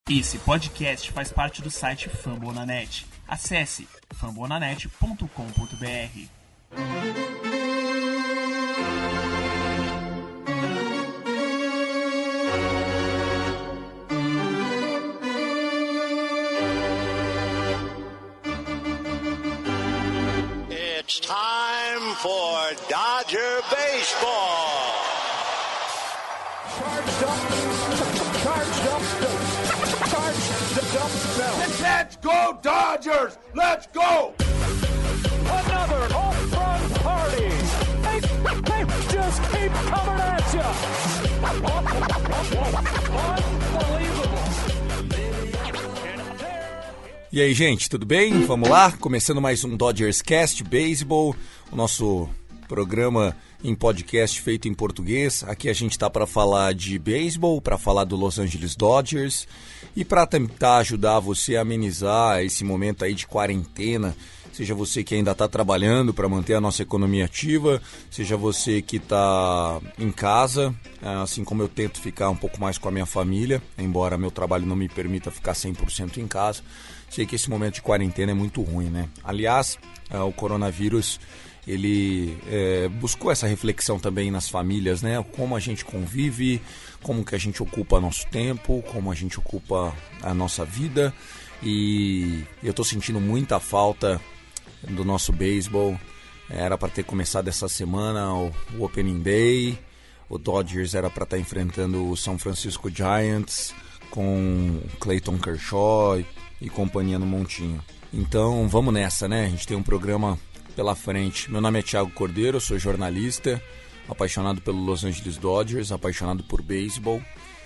Esse podcast faz parte do site Fambonanet. Acesse fambonanet.com.br. It's time for Dodger Baseball. Charged up. Let's go, Dodgers! Let's go! Another home run party. They just keep coming at you. Unbelievable. E aí, gente, tudo bem? Vamos lá? Começando mais um Dodgers Cast Baseball, o nosso programa em podcast feito em português. Aqui a gente está para falar de beisebol, para falar do Los Angeles Dodgers e para tentar ajudar você a amenizar esse momento aí de quarentena, seja você que ainda está trabalhando para manter a nossa economia ativa, seja você que está em casa, assim como eu tento ficar um pouco mais com a minha família, embora meu trabalho não me permita ficar 100% em casa. Sei que esse momento de quarentena é muito ruim, né? Aliás, o coronavírus, ele buscou essa reflexão também nas famílias, né? Como a gente convive, como que a gente ocupa nosso tempo, como a gente ocupa a nossa vida. E eu tô sentindo muita falta do nosso beisebol. Era para ter começado essa semana o Opening Day. O Dodgers era para estar enfrentando o São Francisco Giants com Clayton Kershaw e companhia no montinho. Então vamos nessa, né? A gente tem um programa pela frente. Meu nome é Thiago Cordeiro, eu sou jornalista, apaixonado pelo Los Angeles Dodgers, apaixonado por beisebol,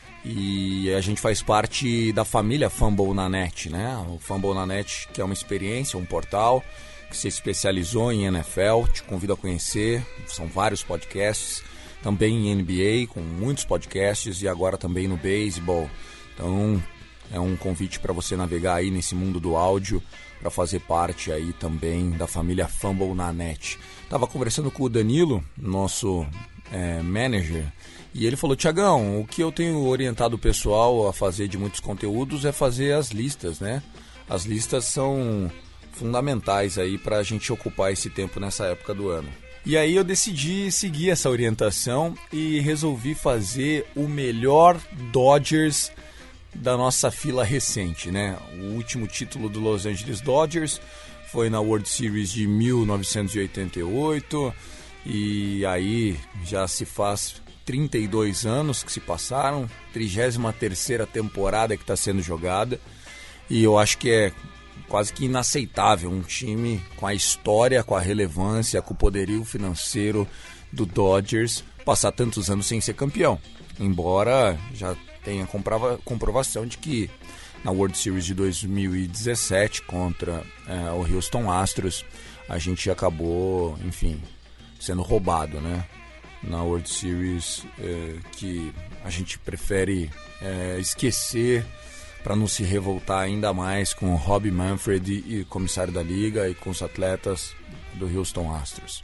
e a gente faz parte da família Fambonanet, né? O Fambonanet, que é uma experiência, um portal que se especializou em NFL, te convido a conhecer, são vários podcasts, também em NBA, com muitos podcasts, e agora também no beisebol. Então é um convite para você navegar aí nesse mundo do áudio, para fazer parte aí também da família Fambonanet. Tava conversando com o Danilo, nosso manager, e ele falou: Thiagão, o que eu tenho orientado o pessoal a fazer de muitos conteúdos é fazer as listas, né? As listas são fundamentais aí para a gente ocupar esse tempo nessa época do ano. E aí eu decidi seguir essa orientação e resolvi fazer o melhor Dodgers da nossa fila recente, né? O último título do Los Angeles Dodgers foi na World Series de 1988 e aí já se faz 32 anos que se passaram, 33ª temporada que está sendo jogada, e eu acho que é quase que inaceitável um time com a história, com a relevância, com o poderio financeiro do Dodgers passar tantos anos sem ser campeão, embora já tem a comprovação de que na World Series de 2017 contra o Houston Astros a gente acabou, enfim, sendo roubado, né? Na World Series que a gente prefere esquecer para não se revoltar ainda mais com o Rob Manfred e comissário da liga e com os atletas do Houston Astros.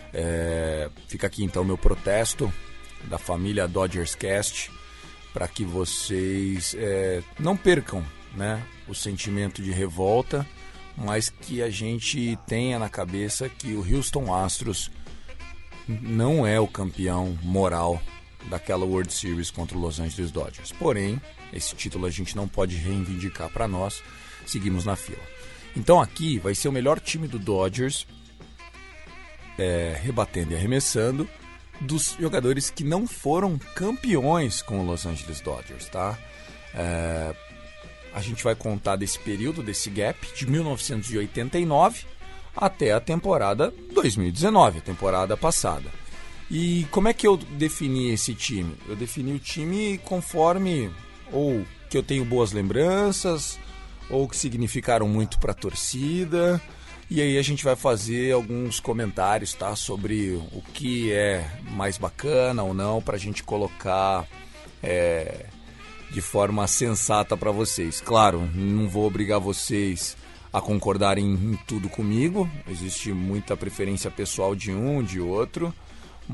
Fica aqui então meu protesto da família Dodgers Cast, para que vocês não percam, né, o sentimento de revolta, mas que a gente tenha na cabeça que o Houston Astros não é o campeão moral daquela World Series contra o Los Angeles Dodgers. Porém, esse título a gente não pode reivindicar para nós, seguimos na fila. Então aqui vai ser o melhor time do Dodgers, rebatendo e arremessando, dos jogadores que não foram campeões com o Los Angeles Dodgers, tá? A gente vai contar desse período, desse gap, de 1989 até a temporada 2019, a temporada passada. E como é que eu defini esse time? Eu defini o time conforme ou que eu tenho boas lembranças, ou que significaram muito para a torcida. E aí a gente vai fazer alguns comentários, tá, sobre o que é mais bacana ou não, para a gente colocar de forma sensata para vocês. Claro, não vou obrigar vocês a concordarem em tudo comigo, existe muita preferência pessoal de um, de outro,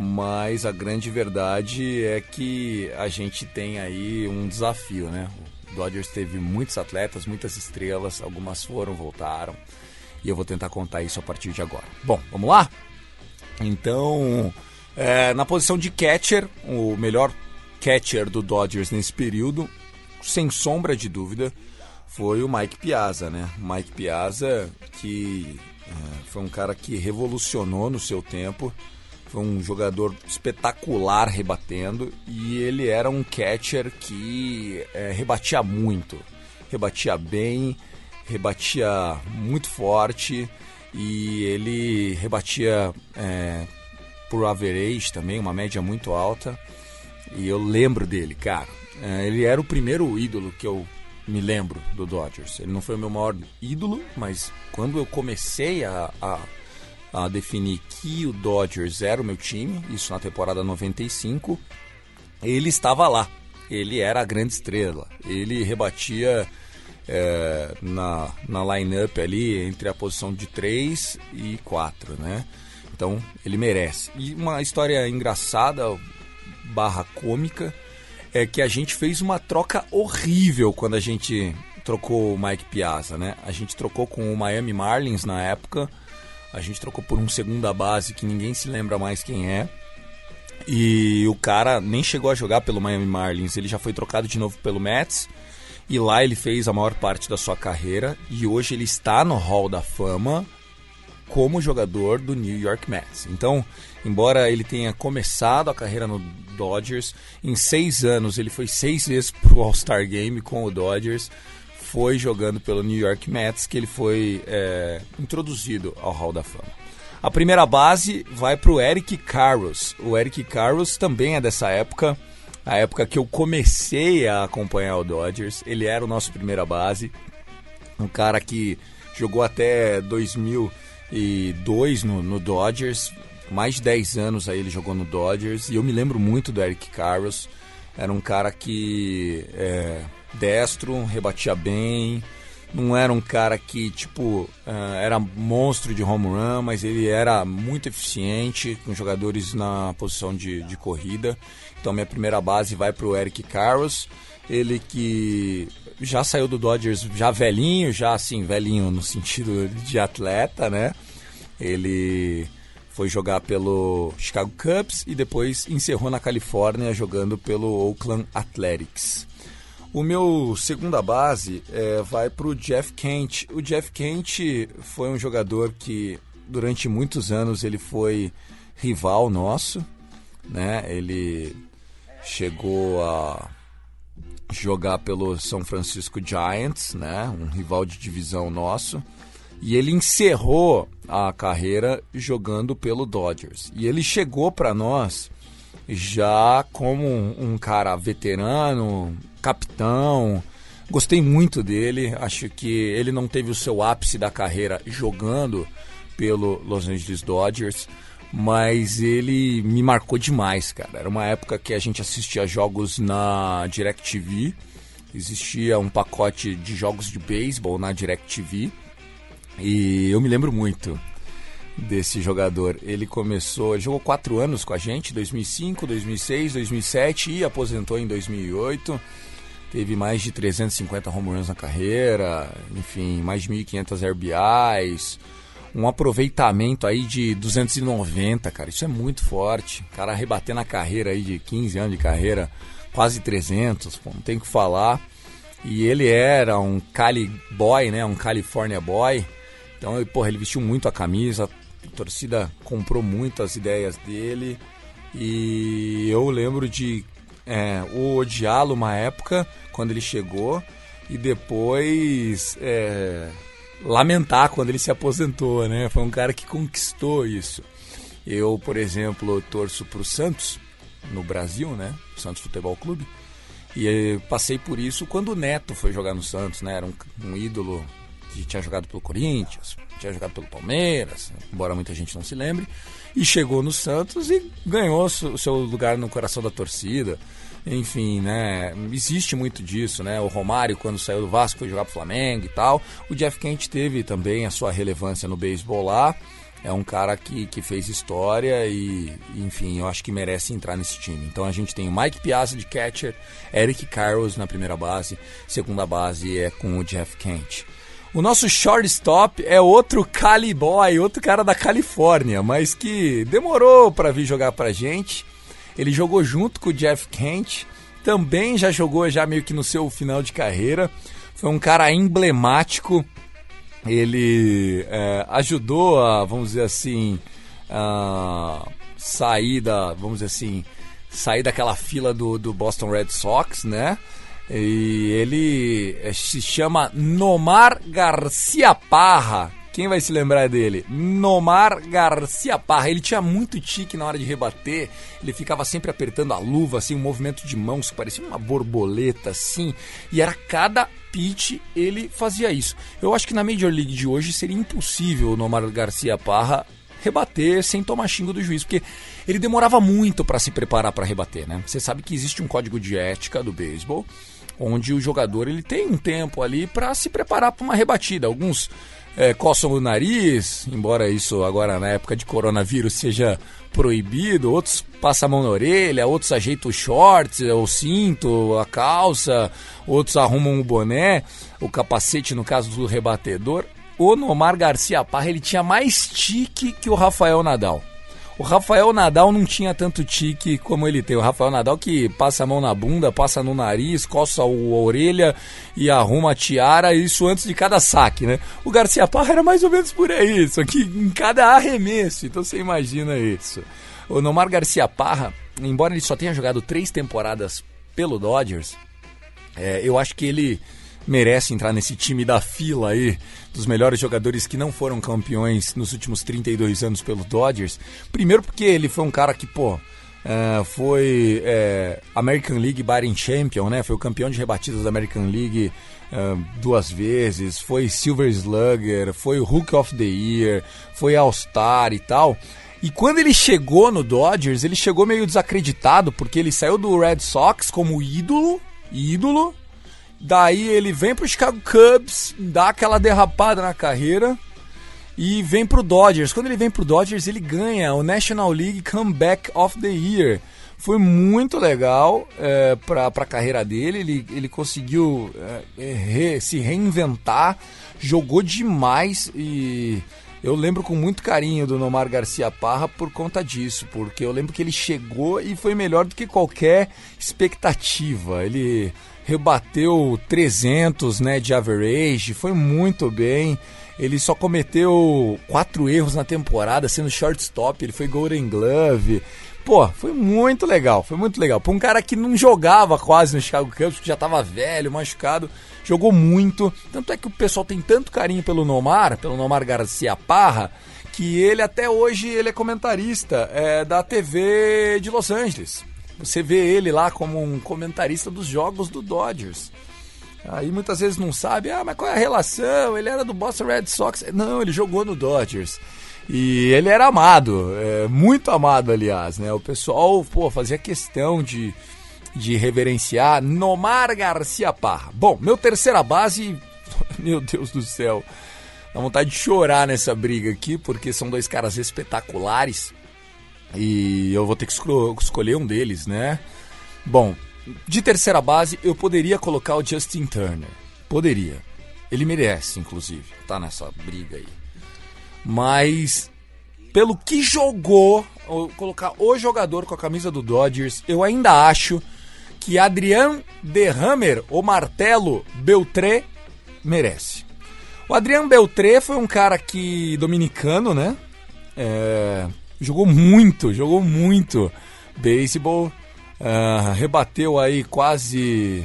mas a grande verdade é que a gente tem aí um desafio, né? O Dodgers teve muitos atletas, muitas estrelas, algumas foram, voltaram, e eu vou tentar contar isso a partir de agora. Bom, vamos lá? Então, na posição de catcher, o melhor catcher do Dodgers nesse período, sem sombra de dúvida, foi o Mike Piazza, né? O Mike Piazza, que foi um cara que revolucionou no seu tempo, foi um jogador espetacular rebatendo, e ele era um catcher que rebatia muito, rebatia bem, rebatia muito forte, e ele rebatia por average também, uma média muito alta, e eu lembro dele, cara. Ele era o primeiro ídolo que eu me lembro do Dodgers. Ele não foi o meu maior ídolo, mas quando eu comecei a definir que o Dodgers era o meu time, isso na temporada 95, ele estava lá. Ele era a grande estrela. Ele rebatia na line-up ali entre a posição de 3 e 4, né? Então, ele merece. E uma história engraçada / cômica é que a gente fez uma troca horrível quando a gente trocou o Mike Piazza, né? A gente trocou com o Miami Marlins na época, a gente trocou por um segunda base que ninguém se lembra mais quem é, e o cara nem chegou a jogar pelo Miami Marlins, ele já foi trocado de novo pelo Mets, e lá ele fez a maior parte da sua carreira, e hoje ele está no Hall da Fama como jogador do New York Mets. Então, embora ele tenha começado a carreira no Dodgers, em 6 anos ele foi 6 vezes pro All-Star Game com o Dodgers, foi jogando pelo New York Mets que ele foi introduzido ao Hall da Fama. A primeira base vai pro Eric Karros. O Eric Karros também é dessa época, a época que eu comecei a acompanhar o Dodgers. Ele era o nosso primeira base, um cara que jogou até 2002 no Dodgers, mais de 10 anos aí ele jogou no Dodgers, e eu me lembro muito do Eric Karros. Era um cara que destro, rebatia bem, não era um cara que era monstro de home run, mas ele era muito eficiente com jogadores na posição de corrida. Então minha primeira base vai para o Eric Karros, ele que já saiu do Dodgers já velhinho, já assim, velhinho no sentido de atleta, né? Ele foi jogar pelo Chicago Cubs e depois encerrou na Califórnia jogando pelo Oakland Athletics. O meu segunda base vai para o Jeff Kent. O Jeff Kent foi um jogador que durante muitos anos ele foi rival nosso, né? Ele chegou a jogar pelo São Francisco Giants, né? Um rival de divisão nosso. E ele encerrou a carreira jogando pelo Dodgers. E ele chegou para nós já como um cara veterano, capitão. Gostei muito dele. Acho que ele não teve o seu ápice da carreira jogando pelo Los Angeles Dodgers, mas ele me marcou demais, cara. Era uma época que a gente assistia jogos na DirecTV. Existia um pacote de jogos de beisebol na DirecTV. E eu me lembro muito desse jogador. Ele jogou 4 anos com a gente, 2005, 2006, 2007 e aposentou em 2008. Teve mais de 350 home runs na carreira, enfim, mais de 1.500 RBIs, um aproveitamento aí de 290, cara, isso é muito forte. O cara rebatendo a carreira aí de 15 anos de carreira, quase 300, pô, não tem o que falar. E ele era um Cali Boy, né, um California Boy. Então, ele vestiu muito a camisa, a torcida comprou muito as ideias dele, e eu lembro de odiá-lo uma época, quando ele chegou, e depois lamentar quando ele se aposentou, né? Foi um cara que conquistou isso. Eu, por exemplo, torço para o Santos, no Brasil, né? Santos Futebol Clube, e passei por isso quando o Neto foi jogar no Santos, né? Era um ídolo que tinha jogado pelo Corinthians, tinha jogado pelo Palmeiras, embora muita gente não se lembre, e chegou no Santos e ganhou o seu lugar no coração da torcida. Enfim, né, existe muito disso, né? O Romário, quando saiu do Vasco, foi jogar pro Flamengo e tal. O Jeff Kent teve também a sua relevância no beisebol lá, É um cara que fez história e, enfim, eu acho que merece entrar nesse time. Então a gente tem o Mike Piazza de catcher, Eric Karros na primeira base, segunda base é com o Jeff Kent. O nosso shortstop é outro Cali Boy, outro cara da Califórnia, mas que demorou para vir jogar pra gente. Ele jogou junto com o Jeff Kent, também já jogou já meio que no seu final de carreira. Foi um cara emblemático. Ele ajudou a, vamos dizer assim, sair daquela fila do Boston Red Sox, né? E ele se chama Nomar Garcia Parra. Quem vai se lembrar dele? Nomar Garcia Parra. Ele tinha muito tique na hora de rebater. Ele ficava sempre apertando a luva, assim, um movimento de mãos que parecia uma borboleta, assim. E era cada pitch ele fazia isso. Eu acho que na Major League de hoje seria impossível o Nomar Garcia Parra rebater sem tomar xingo do juiz, porque ele demorava muito para se preparar para rebater, né? Você sabe que existe um código de ética do beisebol, onde o jogador ele tem um tempo ali para se preparar para uma rebatida. Alguns coçam o nariz, embora isso agora na época de coronavírus seja proibido, outros passam a mão na orelha, outros ajeitam os shorts, o cinto, a calça, outros arrumam o boné, o capacete no caso do rebatedor. O Nomar Garcia Parra, ele tinha mais tique que o Rafael Nadal. O Rafael Nadal não tinha tanto tique como ele tem. O Rafael Nadal que passa a mão na bunda, passa no nariz, coça a orelha e arruma a tiara, isso antes de cada saque, né? O Garcia Parra era mais ou menos por aí, só que em cada arremesso, então você imagina isso. O Nomar Garcia Parra, embora ele só tenha jogado 3 temporadas pelo Dodgers, eu acho que ele merece entrar nesse time da fila aí, dos melhores jogadores que não foram campeões nos últimos 32 anos pelo Dodgers. Primeiro porque ele foi um cara que, foi American League Batting Champion, né? Foi o campeão de rebatidas da American League 2 vezes, foi Silver Slugger, foi o Rookie of the Year, foi All-Star e tal. E quando ele chegou no Dodgers, ele chegou meio desacreditado, porque ele saiu do Red Sox como ídolo. Daí ele vem pro Chicago Cubs, dá aquela derrapada na carreira e vem pro Dodgers. Quando ele vem pro Dodgers, ele ganha o National League Comeback of the Year. Foi muito legal pra carreira dele. Ele conseguiu se reinventar, jogou demais e eu lembro com muito carinho do Nomar Garcia Parra por conta disso, porque eu lembro que ele chegou e foi melhor do que qualquer expectativa. Ele rebateu 300, né, de average, foi muito bem. Ele só cometeu 4 erros na temporada, sendo shortstop, ele foi Golden Glove. Foi muito legal, Para um cara que não jogava quase no Chicago Cubs, que já estava velho, machucado, jogou muito. Tanto é que o pessoal tem tanto carinho pelo Nomar Garcia Parra, que ele até hoje ele é comentarista da TV de Los Angeles. Você vê ele lá como um comentarista dos jogos do Dodgers. Aí muitas vezes não sabe, mas qual é a relação? Ele era do Boston Red Sox. Não, ele jogou no Dodgers. E ele era amado, muito amado, aliás, né? O pessoal, fazia questão de reverenciar Nomar Garcia Parra. Bom, meu terceira base, meu Deus do céu, dá vontade de chorar nessa briga aqui, porque são 2 caras espetaculares. E eu vou ter que escolher um deles, né? Bom, de terceira base eu poderia colocar o Justin Turner. Poderia. Ele merece, inclusive, tá nessa briga aí. Mas, pelo que jogou, colocar o jogador com a camisa do Dodgers, eu ainda acho que Adrian Dehammer, o Martelo Beltré, merece. O Adrian Beltré foi um cara dominicano, né? Jogou muito beisebol, rebateu aí quase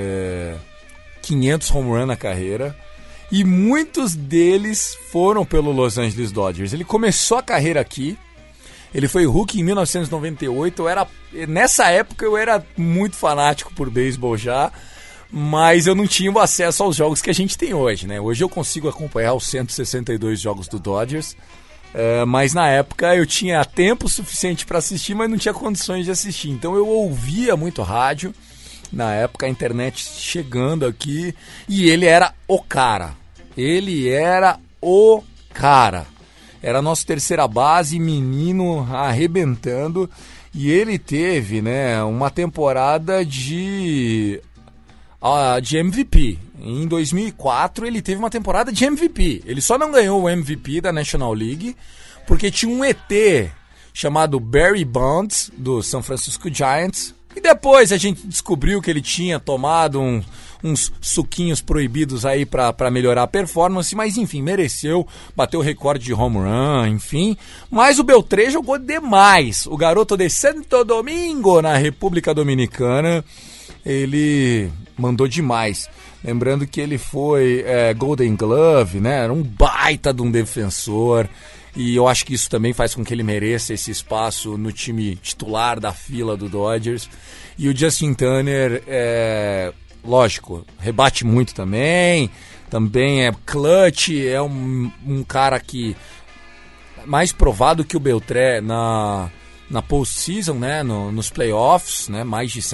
500 home run na carreira, e muitos deles foram pelo Los Angeles Dodgers. Ele começou a carreira aqui, ele foi rookie em 1998, nessa época eu era muito fanático por beisebol já, mas eu não tinha o acesso aos jogos que a gente tem hoje, né? Hoje eu consigo acompanhar os 162 jogos do Dodgers, mas na época eu tinha tempo suficiente para assistir, mas não tinha condições de assistir. Então eu ouvia muito rádio, na época a internet chegando aqui, e ele era o cara. era nosso terceira base, menino arrebentando, e ele teve, né, uma temporada de MVP. Em 2004 ele teve uma temporada de MVP. Ele só não ganhou o MVP da National League porque tinha um ET chamado Barry Bonds, do San Francisco Giants, e depois a gente descobriu que ele tinha tomado uns suquinhos proibidos aí pra melhorar a performance, mas enfim, mereceu, bateu o recorde de home run, enfim. Mas o Beltré jogou demais. O garoto de Santo Domingo, na República Dominicana, ele mandou demais. Lembrando que ele foi Golden Glove, né? Era um baita de um defensor. E eu acho que isso também faz com que ele mereça esse espaço no time titular da fila do Dodgers. E o Justin Turner, lógico, rebate muito também é clutch, é um cara que mais provado que o Beltré na postseason, né? Nos playoffs, né? Mais de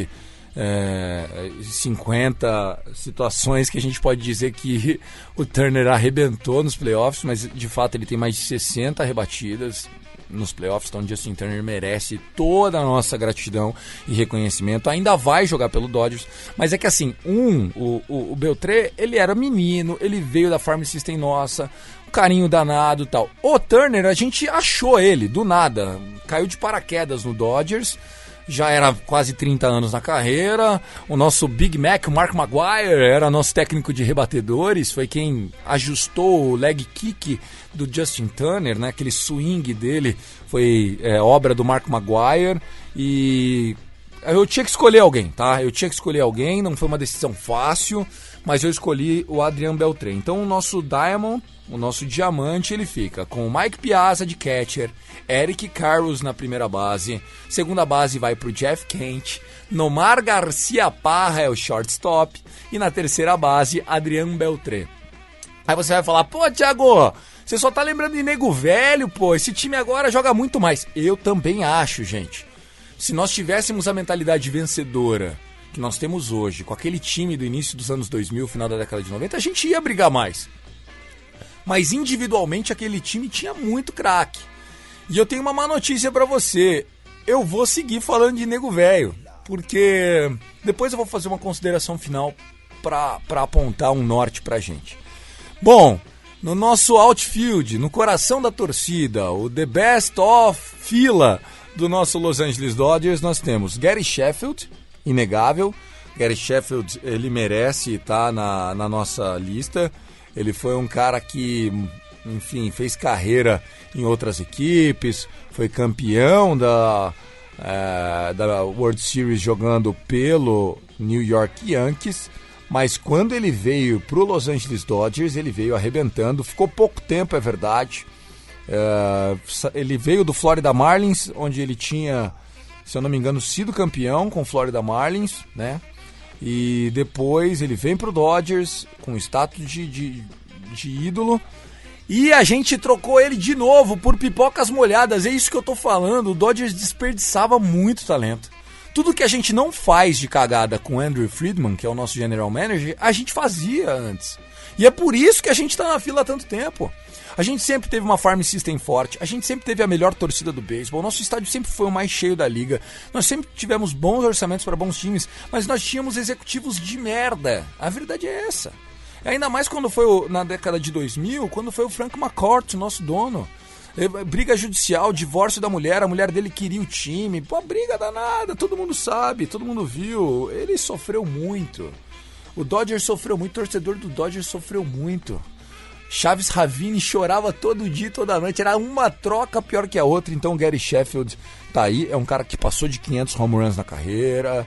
150 situações que a gente pode dizer que o Turner arrebentou nos playoffs, mas de fato ele tem mais de 60 rebatidas nos playoffs, então Justin Turner merece toda a nossa gratidão e reconhecimento. Ainda vai jogar pelo Dodgers, mas é que assim, o Beltré, ele era menino, ele veio da farm system nossa, um carinho danado e tal. O Turner, a gente achou ele do nada, caiu de paraquedas no Dodgers, já era quase 30 anos na carreira. O nosso Big Mac, o Mark Maguire, era nosso técnico de rebatedores, foi quem ajustou o leg kick do Justin Turner, né? Aquele swing dele foi obra do Mark Maguire, e eu tinha que escolher alguém, tá? Não foi uma decisão fácil, mas eu escolhi o Adrian Beltré. Então o nosso Diamond, o nosso diamante, ele fica com o Mike Piazza de catcher, Eric Karros na primeira base, segunda base vai pro Jeff Kent, Nomar Garcia Parra é o shortstop, e na terceira base, Adrian Beltré. Aí você vai falar, pô, Thiago, você só tá lembrando de nego velho, pô, esse time agora joga muito mais. Eu também acho, gente. Se nós tivéssemos a mentalidade vencedora que nós temos hoje, com aquele time do início dos anos 2000, final da década de 90, a gente ia brigar mais. Mas individualmente aquele time tinha muito craque. E eu tenho uma má notícia pra você. Eu vou seguir falando de nego velho, porque depois eu vou fazer uma consideração final pra apontar um norte pra gente. Bom, no nosso outfield, no coração da torcida, o the best of fila do nosso Los Angeles Dodgers, nós temos Gary Sheffield, inegável. Gary Sheffield, ele merece estar na nossa lista. Ele foi um cara que, enfim, fez carreira em outras equipes, foi campeão da World Series jogando pelo New York Yankees, mas quando ele veio para o Los Angeles Dodgers, ele veio arrebentando, ficou pouco tempo, é verdade. Ele veio do Florida Marlins, onde ele tinha, se eu não me engano, sido campeão com o Florida Marlins, né? E depois ele vem pro Dodgers com status de ídolo. E a gente trocou ele de novo por pipocas molhadas. É isso que eu tô falando. O Dodgers desperdiçava muito talento. Tudo que a gente não faz de cagada com o Andrew Friedman, que é o nosso general manager, a gente fazia antes. E é por isso que a gente tá na fila há tanto tempo. A gente sempre teve uma farm system forte, a gente sempre teve a melhor torcida do beisebol, nosso estádio sempre foi o mais cheio da liga, nós sempre tivemos bons orçamentos para bons times, mas nós tínhamos executivos de merda. A verdade é essa. Ainda mais quando foi na década de 2000, quando foi o Frank McCourt, nosso dono. Briga judicial, divórcio da mulher, a mulher dele queria o time, pô, briga danada, todo mundo sabe, todo mundo viu. Ele sofreu muito. O Dodgers sofreu muito, o torcedor do Dodgers sofreu muito. Chaves Ravine chorava todo dia, toda noite, era uma troca pior que a outra. Então o Gary Sheffield tá aí, é um cara que passou de 500 home runs na carreira,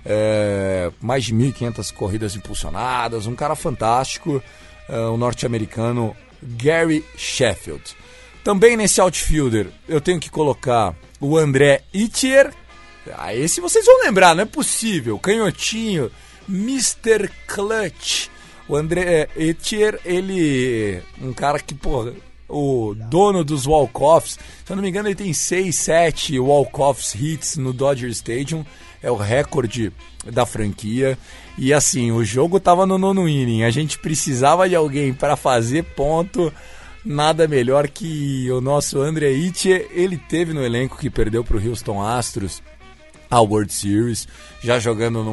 mais de 1.500 corridas impulsionadas, um cara fantástico, o norte-americano Gary Sheffield. Também nesse outfielder eu tenho que colocar o André Ethier. Esse vocês vão lembrar, não é possível, canhotinho, Mr. Clutch. O André Ethier, ele um cara que, pô, o dono dos walk-offs, se eu não me engano ele tem 6, 7 walk-offs hits no Dodger Stadium, é o recorde da franquia. E assim, o jogo tava no 9º inning, a gente precisava de alguém para fazer ponto. nada melhor que o nosso André Ettinger. Ele teve no elenco que perdeu para o Houston Astros a World Series, já jogando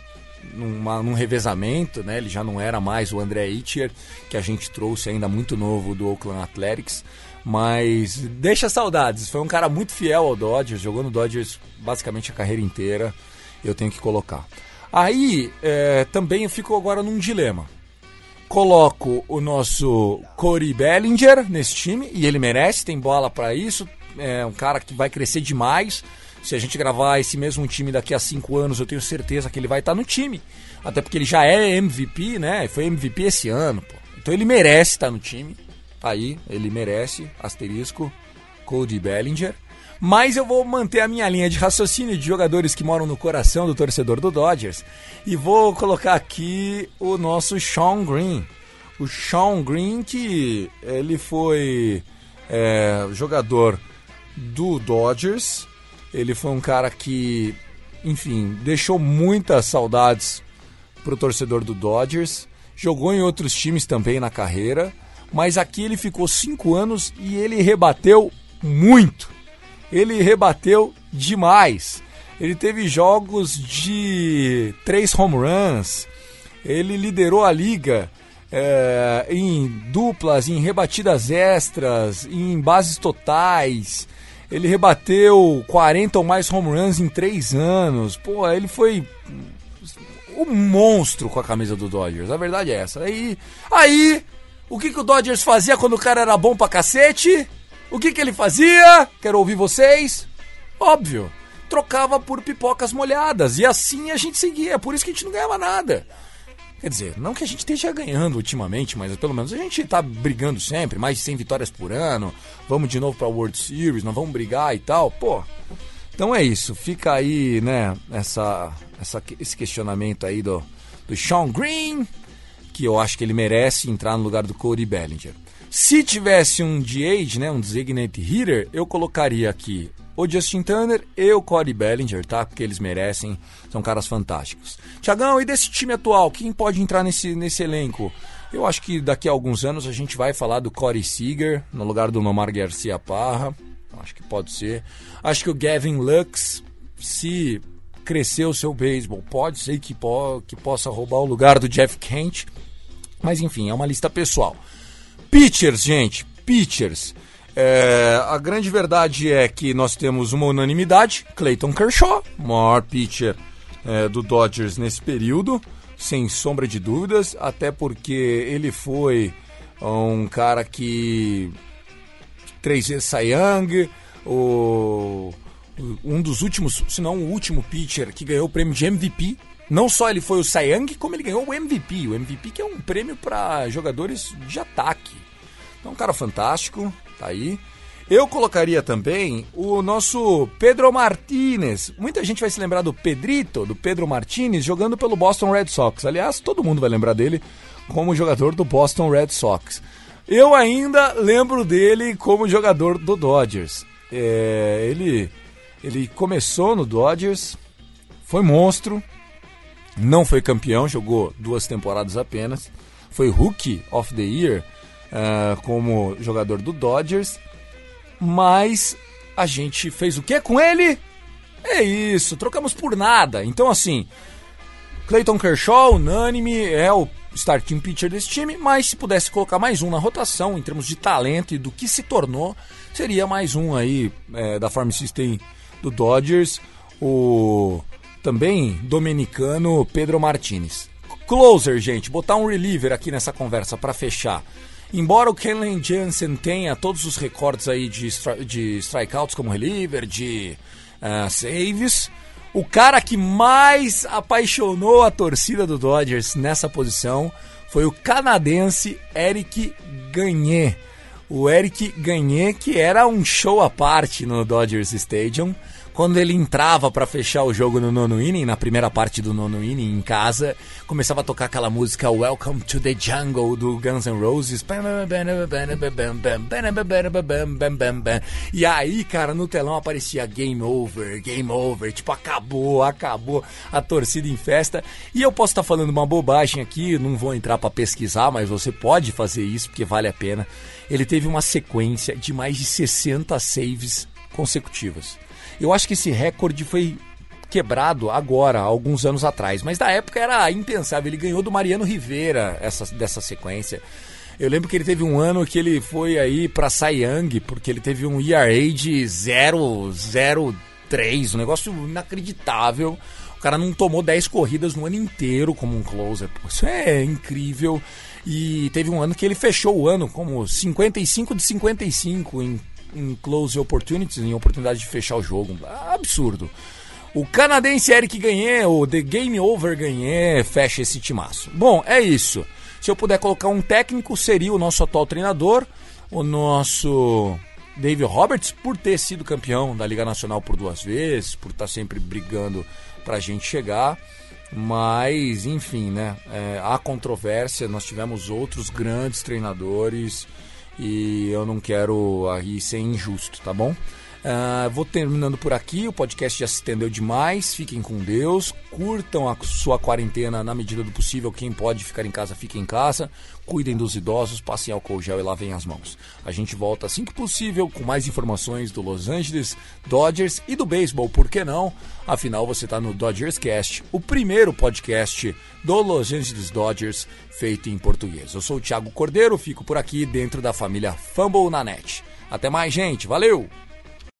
num revezamento, né? Ele já não era mais o André Ettinger, que a gente trouxe ainda muito novo do Oakland Athletics, mas deixa saudades. Foi um cara muito fiel ao Dodgers, jogou no Dodgers basicamente a carreira inteira, eu tenho que colocar. Aí, também eu fico agora num dilema. Coloco o nosso Cody Bellinger nesse time, e ele merece, tem bola para isso, é um cara que vai crescer demais. Se a gente gravar esse mesmo time daqui a 5 anos, eu tenho certeza que ele vai estar no time. Até porque ele já é MVP, né? Foi MVP esse ano, pô. Então ele merece estar no time. Aí, ele merece, asterisco, Cody Bellinger. Mas eu vou manter a minha linha de raciocínio de jogadores que moram no coração do torcedor do Dodgers. E vou colocar aqui o nosso Shawn Green. O Shawn Green, que ele foi jogador do Dodgers. Ele foi um cara que, enfim, deixou muitas saudades pro torcedor do Dodgers. Jogou em outros times também na carreira. Mas aqui ele ficou 5 anos e ele rebateu muito. Ele rebateu demais. Ele teve jogos de 3 home runs. Ele liderou a liga em duplas, em rebatidas extras, em bases totais. Ele rebateu 40 ou mais home runs em 3 anos. Pô, ele foi um monstro com a camisa do Dodgers. A verdade é essa. Aí o que o Dodgers fazia quando o cara era bom pra cacete? O que ele fazia? Quero ouvir vocês. Óbvio. Trocava por pipocas molhadas. E assim a gente seguia. Por isso que a gente não ganhava nada. Quer dizer, não que a gente esteja ganhando ultimamente, mas pelo menos a gente tá brigando sempre, mais de 100 vitórias por ano, vamos de novo pra World Series, nós vamos brigar e tal, pô. Então é isso, fica aí, né, esse questionamento aí do Shawn Green, que eu acho que ele merece entrar no lugar do Cody Bellinger. Se tivesse um DH, né, um designated hitter, eu colocaria aqui o Justin Turner e o Cody Bellinger, tá? Porque eles merecem, são caras fantásticos. Tiagão, e desse time atual, quem pode entrar nesse elenco? Eu acho que daqui a alguns anos a gente vai falar do Corey Seager, no lugar do Nomar Garciaparra. Acho que pode ser. Acho que o Gavin Lux, se crescer o seu beisebol, pode ser que possa roubar o lugar do Jeff Kent. Mas enfim, é uma lista pessoal. Pitchers, gente, pitchers. A grande verdade é que nós temos uma unanimidade. Clayton Kershaw, maior pitcher do Dodgers nesse período, sem sombra de dúvidas, até porque ele foi um cara que 3 vezes Cy Young, um dos últimos, se não o último pitcher que ganhou o prêmio de MVP. Não só ele foi o Cy Young, como ele ganhou o MVP. O MVP que é um prêmio para jogadores de ataque. Então, um cara fantástico, tá aí. Eu colocaria também o nosso Pedro Martínez. Muita gente vai se lembrar do Pedrito, do Pedro Martínez, jogando pelo Boston Red Sox. Aliás, todo mundo vai lembrar dele como jogador do Boston Red Sox. Eu ainda lembro dele como jogador do Dodgers. Ele começou no Dodgers, foi monstro, não foi campeão, jogou 2 temporadas apenas, foi Rookie of the Year como jogador do Dodgers, mas a gente fez o que com ele? É isso, trocamos por nada. Então assim, Clayton Kershaw, unânime, é o starting pitcher desse time, mas se pudesse colocar mais um na rotação, em termos de talento e do que se tornou, seria mais um aí da Farm System do Dodgers, o também dominicano Pedro Martínez. Closer, gente, botar um reliever aqui nessa conversa para fechar. Embora o Kenley Jansen tenha todos os recordes aí de strikeouts como reliever, de saves, o cara que mais apaixonou a torcida do Dodgers nessa posição foi o canadense Eric Gagne. O Eric Gagne, que era um show à parte no Dodgers Stadium, Quando ele entrava pra fechar o jogo no nono inning, na primeira parte do nono inning em casa, começava a tocar aquela música Welcome to the Jungle do Guns N' Roses. E aí, cara, no telão aparecia Game Over, tipo, acabou a torcida em festa. E eu posso estar falando uma bobagem aqui, não vou entrar pra pesquisar, mas você pode fazer isso porque vale a pena. Ele teve uma sequência de mais de 60 saves consecutivas. Eu acho que esse recorde foi quebrado agora, alguns anos atrás, mas na época era impensável. Ele ganhou do Mariano Rivera dessa sequência. Eu lembro que ele teve um ano que ele foi aí pra Cy Young, porque ele teve um ERA de 0.03, um negócio inacreditável. O cara não tomou 10 corridas no ano inteiro como um closer. Pô, isso é incrível. E teve um ano que ele fechou o ano como 55 de 55 em close opportunities, em oportunidade de fechar o jogo. Absurdo. O canadense Eric Gagné, o The Game Over Gagné, fecha esse timaço. Bom, é isso. Se eu puder colocar um técnico, seria o nosso atual treinador, o nosso Dave Roberts, por ter sido campeão da Liga Nacional por 2 vezes, por estar sempre brigando pra gente chegar. Mas, enfim, né? Há controvérsia, nós tivemos outros grandes treinadores e eu não quero aí ser injusto, tá bom? Vou terminando por aqui, o podcast já se estendeu demais, fiquem com Deus, curtam a sua quarentena na medida do possível, quem pode ficar em casa, fique em casa, cuidem dos idosos, passem álcool gel e lavem as mãos. A gente volta assim que possível com mais informações do Los Angeles Dodgers e do beisebol, por que não? Afinal, você está no Dodgers Cast, o primeiro podcast do Los Angeles Dodgers feito em português. Eu sou o Thiago Cordeiro, fico por aqui dentro da família Fumble na Net. Até mais, gente, valeu!